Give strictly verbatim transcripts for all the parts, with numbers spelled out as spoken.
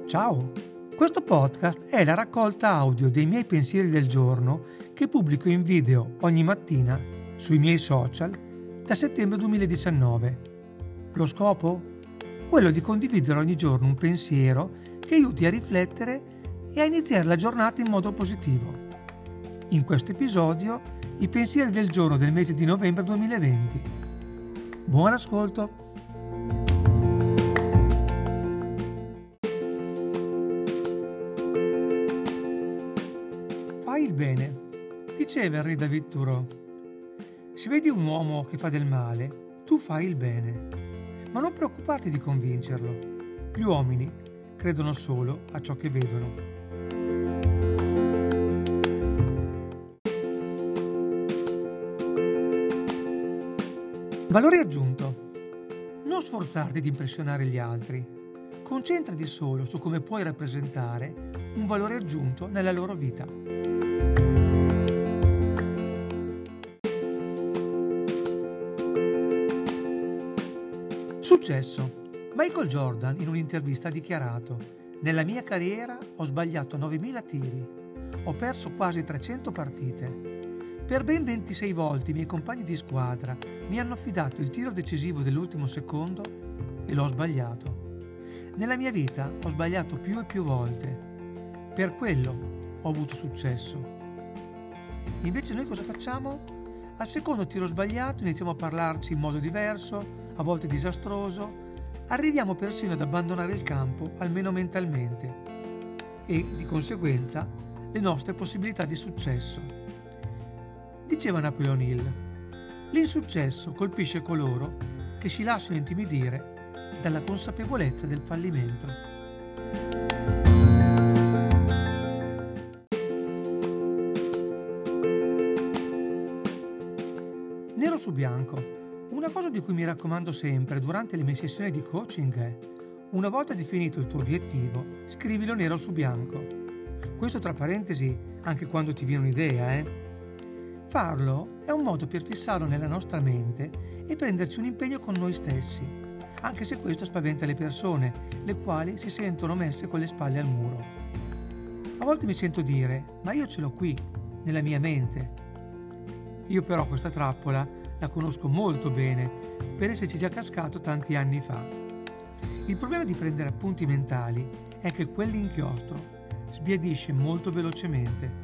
Ciao! Questo podcast è la raccolta audio dei miei pensieri del giorno che pubblico in video ogni mattina sui miei social da settembre duemiladiciannove. Lo scopo? Quello di condividere ogni giorno un pensiero che aiuti a riflettere e a iniziare la giornata in modo positivo. In questo episodio, i pensieri del giorno del mese di novembre duemilaventi. Buon ascolto! Fai il bene, diceva il re David Thoreau. Se vedi un uomo che fa del male, tu fai il bene, ma non preoccuparti di convincerlo. Gli uomini credono solo a ciò che vedono. Valore aggiunto. Non sforzarti di impressionare gli altri. Concentrati solo su come puoi rappresentare un valore aggiunto nella loro vita. Successo. Michael Jordan in un'intervista ha dichiarato: nella mia carriera ho sbagliato novemila tiri, ho perso quasi trecento partite. Per ben ventisei volte i miei compagni di squadra mi hanno affidato il tiro decisivo dell'ultimo secondo e l'ho sbagliato. Nella mia vita ho sbagliato più e più volte. Per quello ho avuto successo. Invece noi cosa facciamo? Al secondo tiro sbagliato iniziamo a parlarci in modo diverso, a volte disastroso, arriviamo persino ad abbandonare il campo, almeno mentalmente, e di conseguenza le nostre possibilità di successo. Diceva Napoleon Hill: l'insuccesso colpisce coloro che si lasciano intimidire dalla consapevolezza del fallimento. Nero su bianco. Una cosa di cui mi raccomando sempre durante le mie sessioni di coaching è: una volta definito il tuo obiettivo, scrivilo nero su bianco. Questo tra parentesi anche quando ti viene un'idea, eh? Farlo è un modo per fissarlo nella nostra mente e prenderci un impegno con noi stessi, anche se questo spaventa le persone, le quali si sentono messe con le spalle al muro. A volte mi sento dire: ma io ce l'ho qui, nella mia mente. Io però questa trappola la conosco molto bene per esserci già cascato tanti anni fa. Il problema di prendere appunti mentali è che quell'inchiostro sbiadisce molto velocemente.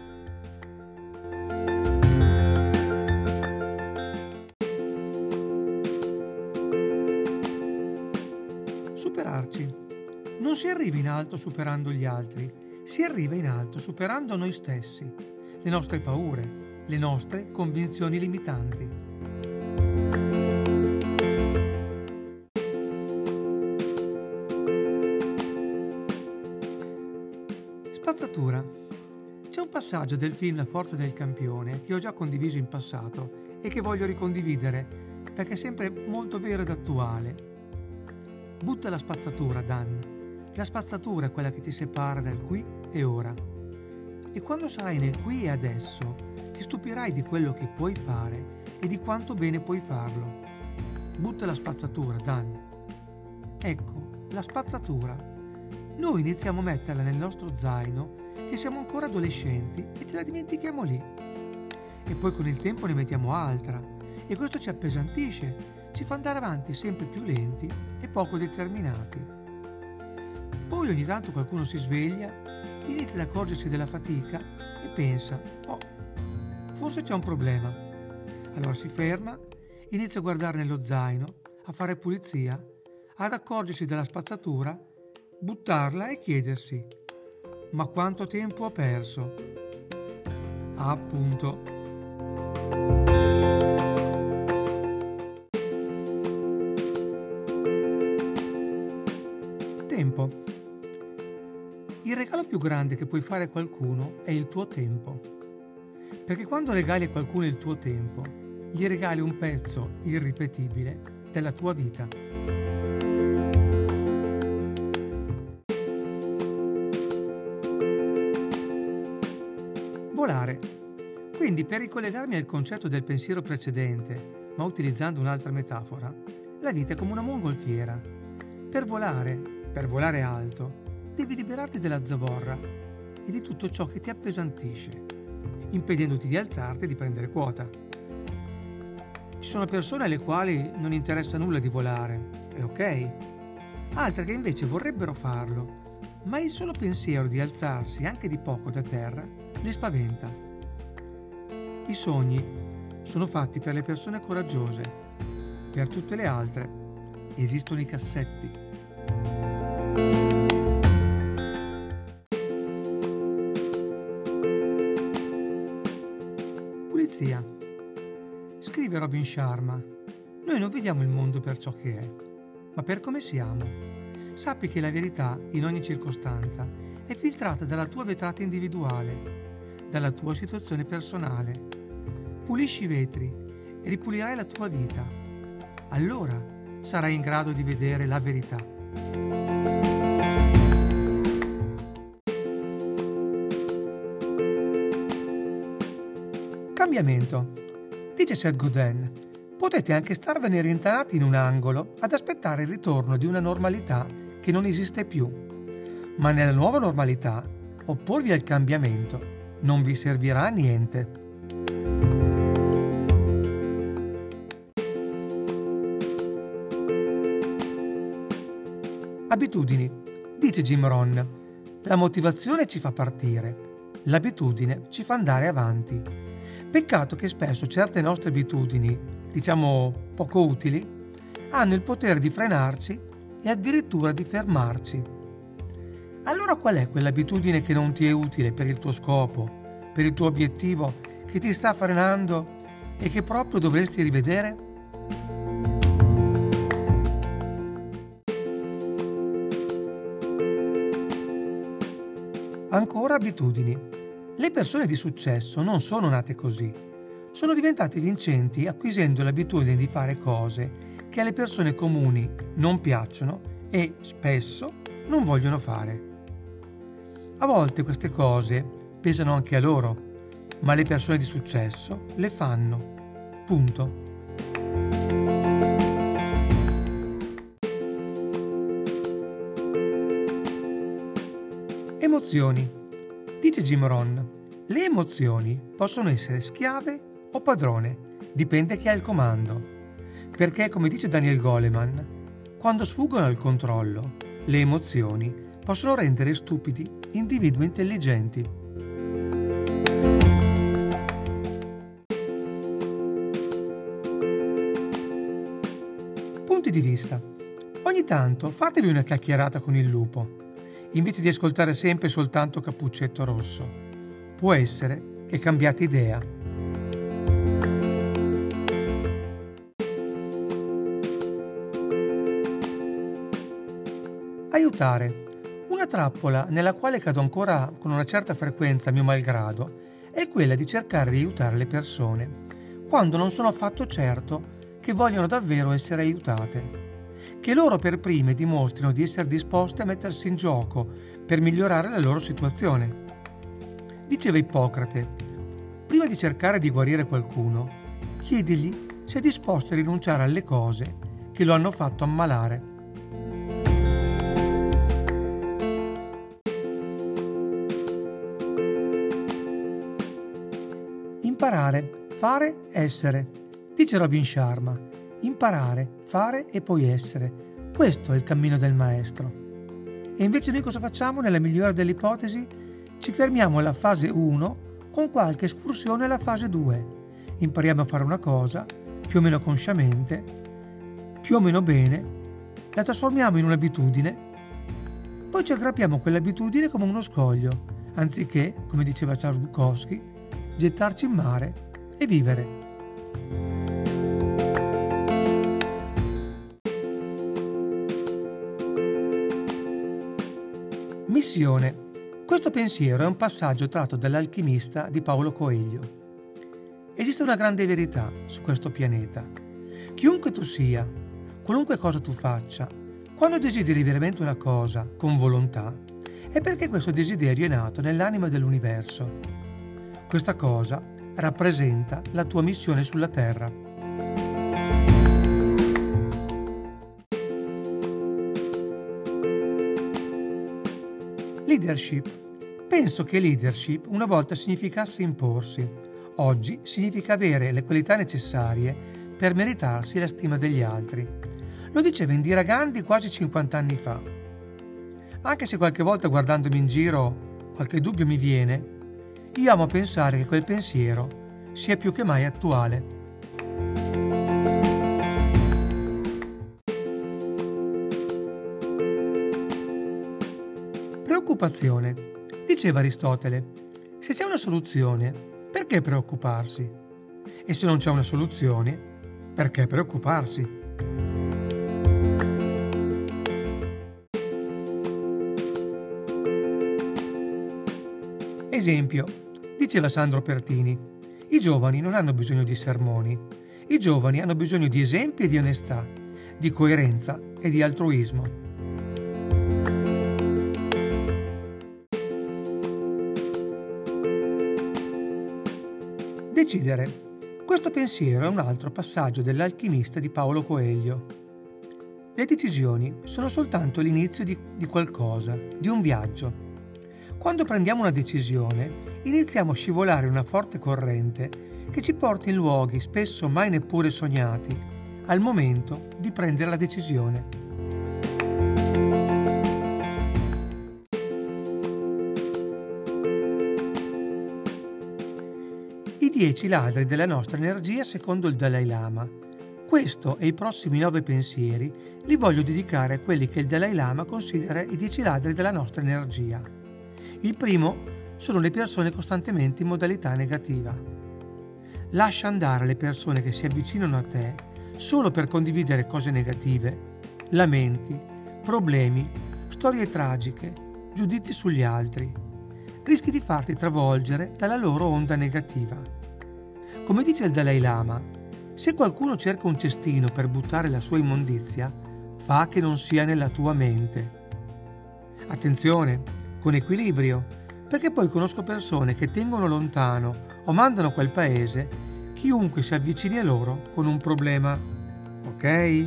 Superarci. Non si arriva in alto superando gli altri, si arriva in alto superando noi stessi, le nostre paure, le nostre convinzioni limitanti. Spazzatura. C'è un passaggio del film La forza del campione che ho già condiviso in passato e che voglio ricondividere perché è sempre molto vero ed attuale. Butta la spazzatura, Dan. La spazzatura è quella che ti separa dal qui e ora. E quando sarai nel qui e adesso, ti stupirai di quello che puoi fare e di quanto bene puoi farlo. Butta la spazzatura, Dan. Ecco, la spazzatura. Noi iniziamo a metterla nel nostro zaino che siamo ancora adolescenti e ce la dimentichiamo lì. E poi con il tempo ne mettiamo altra e questo ci appesantisce, ci fa andare avanti sempre più lenti e poco determinati. Poi ogni tanto qualcuno si sveglia, inizia ad accorgersi della fatica e pensa: oh, forse c'è un problema. Allora si ferma, inizia a guardare nello zaino, a fare pulizia, ad accorgersi della spazzatura, buttarla e chiedersi: ma quanto tempo ho perso? Ah, appunto. Tempo. Il regalo più grande che puoi fare a qualcuno è il tuo tempo. Perché quando regali a qualcuno il tuo tempo, gli regali un pezzo irripetibile della tua vita. Volare. Quindi, per ricollegarmi al concetto del pensiero precedente, ma utilizzando un'altra metafora, la vita è come una mongolfiera. Per volare, per volare alto, devi liberarti della zavorra e di tutto ciò che ti appesantisce, impedendoti di alzarti e di prendere quota. Ci sono persone alle quali non interessa nulla di volare, è ok? Altre che invece vorrebbero farlo, ma il solo pensiero di alzarsi anche di poco da terra le spaventa. I sogni sono fatti per le persone coraggiose, per tutte le altre esistono i cassetti. Pulizia. Scrive Robin Sharma: noi non vediamo il mondo per ciò che è, ma per come siamo. Sappi che la verità, in ogni circostanza, è filtrata dalla tua vetrata individuale, dalla tua situazione personale. Pulisci i vetri e ripulirai la tua vita. Allora sarai in grado di vedere la verità. Cambiamento. Dice Seth Godin: potete anche starvene rintanati in un angolo ad aspettare il ritorno di una normalità che non esiste più. Ma nella nuova normalità, opporvi al cambiamento non vi servirà a niente. Abitudini. Dice Jim Rohn: la motivazione ci fa partire, l'abitudine ci fa andare avanti. Peccato che spesso certe nostre abitudini, diciamo poco utili, hanno il potere di frenarci e addirittura di fermarci. Allora qual è quell'abitudine che non ti è utile per il tuo scopo, per il tuo obiettivo, che ti sta frenando e che proprio dovresti rivedere? Ancora abitudini. Le persone di successo non sono nate così. Sono diventate vincenti acquisendo l'abitudine di fare cose che alle persone comuni non piacciono e, spesso, non vogliono fare. A volte queste cose pesano anche a loro, ma le persone di successo le fanno. Punto. Emozioni. Dice Jim Rohn: le emozioni possono essere schiave o padrone, dipende chi ha il comando. Perché, come dice Daniel Goleman, quando sfuggono al controllo, le emozioni possono rendere stupidi individui intelligenti. Punti di vista. Ogni tanto fatevi una chiacchierata con il lupo, invece di ascoltare sempre soltanto Cappuccetto Rosso. Può essere che cambiate idea. Aiutare. Una trappola nella quale cado ancora con una certa frequenza a mio malgrado è quella di cercare di aiutare le persone quando non sono affatto certo che vogliono davvero essere aiutate. Che loro per prime dimostrino di essere disposte a mettersi in gioco per migliorare la loro situazione. Diceva Ippocrate: prima di cercare di guarire qualcuno, chiedigli se è disposto a rinunciare alle cose che lo hanno fatto ammalare. Imparare, fare, essere. Dice Robin Sharma: imparare, fare e poi essere. Questo è il cammino del maestro. E invece noi cosa facciamo nella migliore delle ipotesi? Ci fermiamo alla fase uno con qualche escursione alla fase due. Impariamo a fare una cosa, più o meno consciamente, più o meno bene, la trasformiamo in un'abitudine, poi ci aggrappiamo a quell'abitudine come uno scoglio, anziché, come diceva Charles Bukowski, gettarci in mare e vivere. Missione. Questo pensiero è un passaggio tratto dall'Alchimista di Paulo Coelho. Esiste una grande verità su questo pianeta. Chiunque tu sia, qualunque cosa tu faccia, quando desideri veramente una cosa con volontà, è perché questo desiderio è nato nell'anima dell'universo. Questa cosa rappresenta la tua missione sulla Terra. Leadership. Penso che leadership una volta significasse imporsi. Oggi significa avere le qualità necessarie per meritarsi la stima degli altri. Lo diceva Indira Gandhi quasi cinquanta anni fa. Anche se qualche volta guardandomi in giro qualche dubbio mi viene, io amo pensare che quel pensiero sia più che mai attuale. Preoccupazione. Diceva Aristotele, se c'è una soluzione, perché preoccuparsi? E se non c'è una soluzione, perché preoccuparsi? Esempio, diceva Sandro Pertini, i giovani non hanno bisogno di sermoni, i giovani hanno bisogno di esempi e di onestà, di coerenza e di altruismo. Decidere. Questo pensiero è un altro passaggio dell'Alchimista di Paolo Coelho. Le decisioni sono soltanto l'inizio di, di qualcosa, di un viaggio. Quando prendiamo una decisione, iniziamo a scivolare una forte corrente che ci porta in luoghi spesso mai neppure sognati, al momento di prendere la decisione. I dieci ladri della nostra energia secondo il Dalai Lama. Questo e i prossimi nove pensieri li voglio dedicare a quelli che il Dalai Lama considera i dieci ladri della nostra energia. Il primo sono le persone costantemente in modalità negativa. Lascia andare le persone che si avvicinano a te solo per condividere cose negative, lamenti, problemi, storie tragiche, giudizi sugli altri. Rischi di farti travolgere dalla loro onda negativa. Come dice il Dalai Lama, se qualcuno cerca un cestino per buttare la sua immondizia, fa che non sia nella tua mente. Attenzione, con equilibrio, perché poi conosco persone che tengono lontano o mandano a quel paese chiunque si avvicini a loro con un problema. Ok?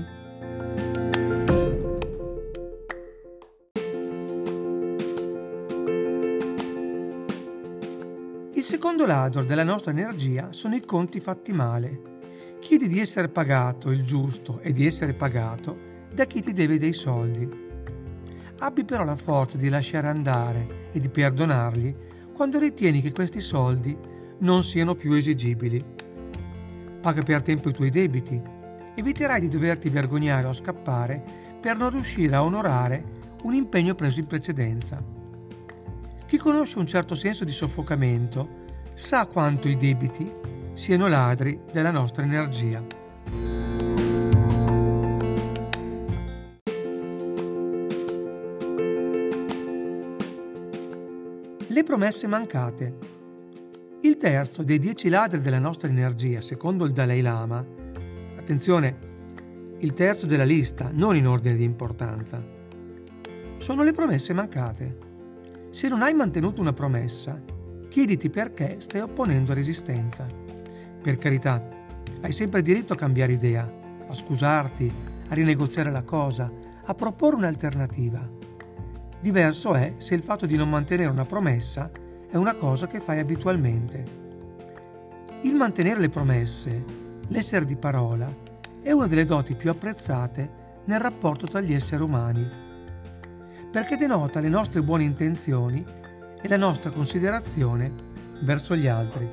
Il secondo ladro della nostra energia sono i conti fatti male. Chiedi di essere pagato il giusto e di essere pagato da chi ti deve dei soldi. Abbi però la forza di lasciare andare e di perdonargli quando ritieni che questi soldi non siano più esigibili. Paga per tempo i tuoi debiti. Eviterai di doverti vergognare o scappare per non riuscire a onorare un impegno preso in precedenza. Chi conosce un certo senso di soffocamento sa quanto i debiti siano ladri della nostra energia. Le promesse mancate. Il terzo dei dieci ladri della nostra energia, secondo il Dalai Lama, attenzione, il terzo della lista, non in ordine di importanza, sono le promesse mancate. Se non hai mantenuto una promessa, chiediti perché stai opponendo resistenza. Per carità, hai sempre diritto a cambiare idea, a scusarti, a rinegoziare la cosa, a proporre un'alternativa. Diverso è se il fatto di non mantenere una promessa è una cosa che fai abitualmente. Il mantenere le promesse, l'essere di parola, è una delle doti più apprezzate nel rapporto tra gli esseri umani, perché denota le nostre buone intenzioni e la nostra considerazione verso gli altri.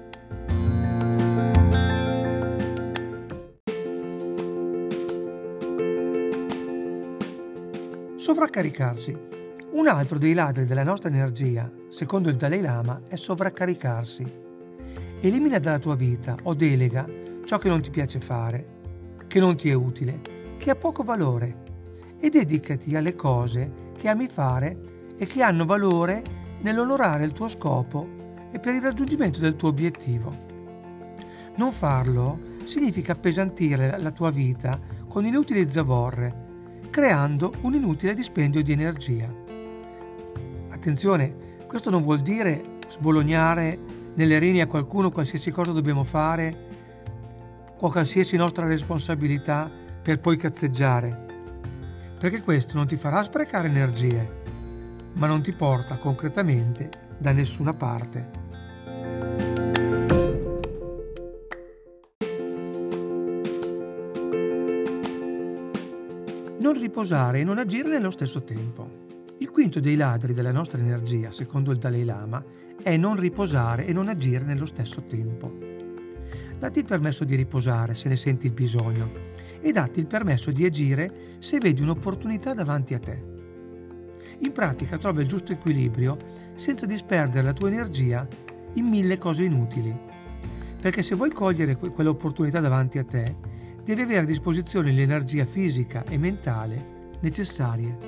Sovraccaricarsi. Un altro dei ladri della nostra energia, secondo il Dalai Lama, è sovraccaricarsi. Elimina dalla tua vita o delega ciò che non ti piace fare, che non ti è utile, che ha poco valore, e dedicati alle cose che ami fare e che hanno valore nell'onorare il tuo scopo e per il raggiungimento del tuo obiettivo. Non farlo significa appesantire la tua vita con inutili zavorre, creando un inutile dispendio di energia. Attenzione, questo non vuol dire sbolognare nelle reni a qualcuno qualsiasi cosa dobbiamo fare, qualsiasi nostra responsabilità per poi cazzeggiare, perché questo non ti farà sprecare energie, ma non ti porta concretamente da nessuna parte. Non riposare e non agire nello stesso tempo. Il quinto dei ladri della nostra energia, secondo il Dalai Lama, è non riposare e non agire nello stesso tempo. Datti il permesso di riposare se ne senti il bisogno e datti il permesso di agire se vedi un'opportunità davanti a te. In pratica trova il giusto equilibrio senza disperdere la tua energia in mille cose inutili. Perché se vuoi cogliere que- quell'opportunità davanti a te, devi avere a disposizione l'energia fisica e mentale necessarie.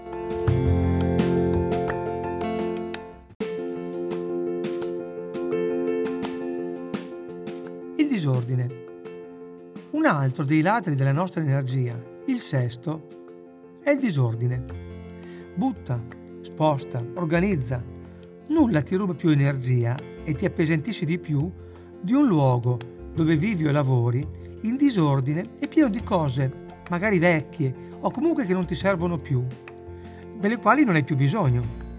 Il disordine. Un altro dei ladri della nostra energia, il sesto, è il disordine. Butta, sposta, organizza. Nulla ti ruba più energia e ti appesantisce di più di un luogo dove vivi o lavori in disordine e pieno di cose, magari vecchie o comunque che non ti servono più, delle quali non hai più bisogno.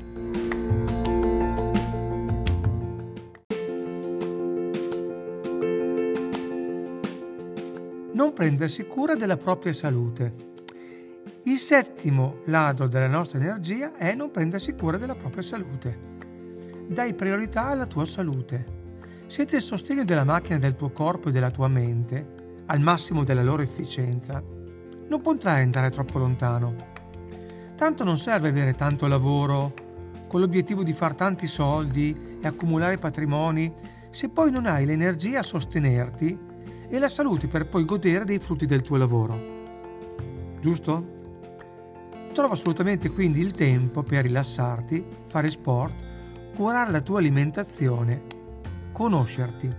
Non prendersi cura della propria salute. Il settimo ladro della nostra energia è non prendersi cura della propria salute. Dai priorità alla tua salute. Senza il sostegno della macchina del tuo corpo e della tua mente, al massimo della loro efficienza, non potrai andare troppo lontano. Tanto non serve avere tanto lavoro con l'obiettivo di far tanti soldi e accumulare patrimoni se poi non hai l'energia a sostenerti e la salute per poi godere dei frutti del tuo lavoro. Giusto? Trova assolutamente quindi il tempo per rilassarti, fare sport, curare la tua alimentazione, conoscerti.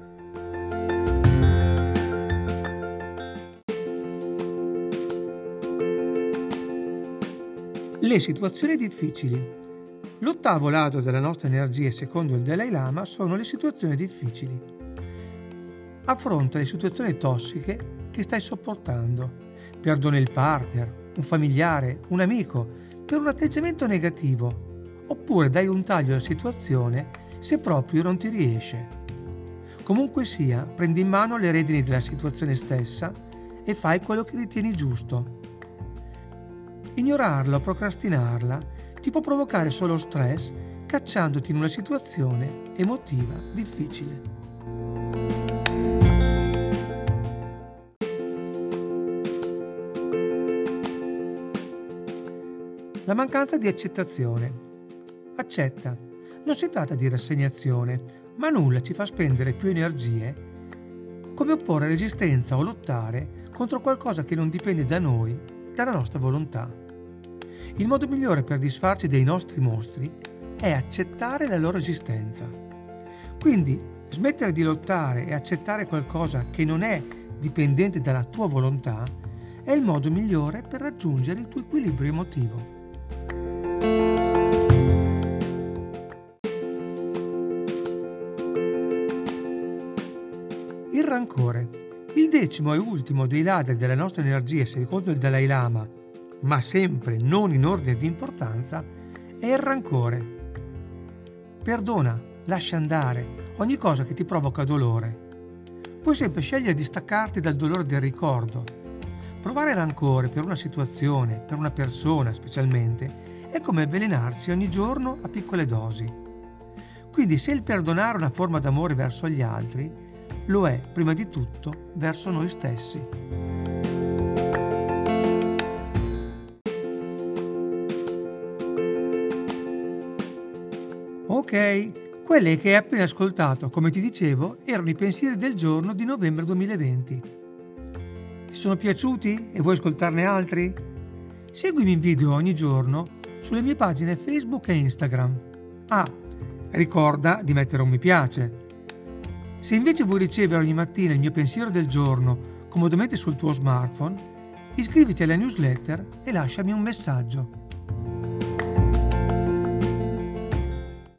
Le situazioni difficili. L'ottavo lato della nostra energia, secondo il Dalai Lama, sono le situazioni difficili. Affronta le situazioni tossiche che stai sopportando. Perdona il partner, un familiare, un amico per un atteggiamento negativo, oppure dai un taglio alla situazione se proprio non ti riesce. Comunque sia, prendi in mano le redini della situazione stessa e fai quello che ritieni giusto. Ignorarla o procrastinarla ti può provocare solo stress, cacciandoti in una situazione emotiva difficile. La mancanza di accettazione. Accetta. Non si tratta di rassegnazione, ma nulla ci fa spendere più energie come opporre resistenza o lottare contro qualcosa che non dipende da noi, dalla nostra volontà. Il modo migliore per disfarci dei nostri mostri è accettare la loro esistenza. Quindi smettere di lottare e accettare qualcosa che non è dipendente dalla tua volontà è il modo migliore per raggiungere il tuo equilibrio emotivo. Il rancore. Il decimo e ultimo dei ladri della nostra energia, secondo il Dalai Lama, ma sempre non in ordine di importanza, è il rancore. Perdona, lascia andare ogni cosa che ti provoca dolore. Puoi sempre scegliere di staccarti dal dolore del ricordo. Provare rancore per una situazione, per una persona specialmente, è come avvelenarsi ogni giorno a piccole dosi. Quindi se il perdonare è una forma d'amore verso gli altri, lo è prima di tutto verso noi stessi. Ok, quelli che hai appena ascoltato, come ti dicevo, erano i pensieri del giorno di novembre duemilaventi. Ti sono piaciuti e vuoi ascoltarne altri? Seguimi in video ogni giorno sulle mie pagine Facebook e Instagram. Ah, ricorda di mettere un mi piace. Se invece vuoi ricevere ogni mattina il mio pensiero del giorno comodamente sul tuo smartphone, iscriviti alla newsletter e lasciami un messaggio.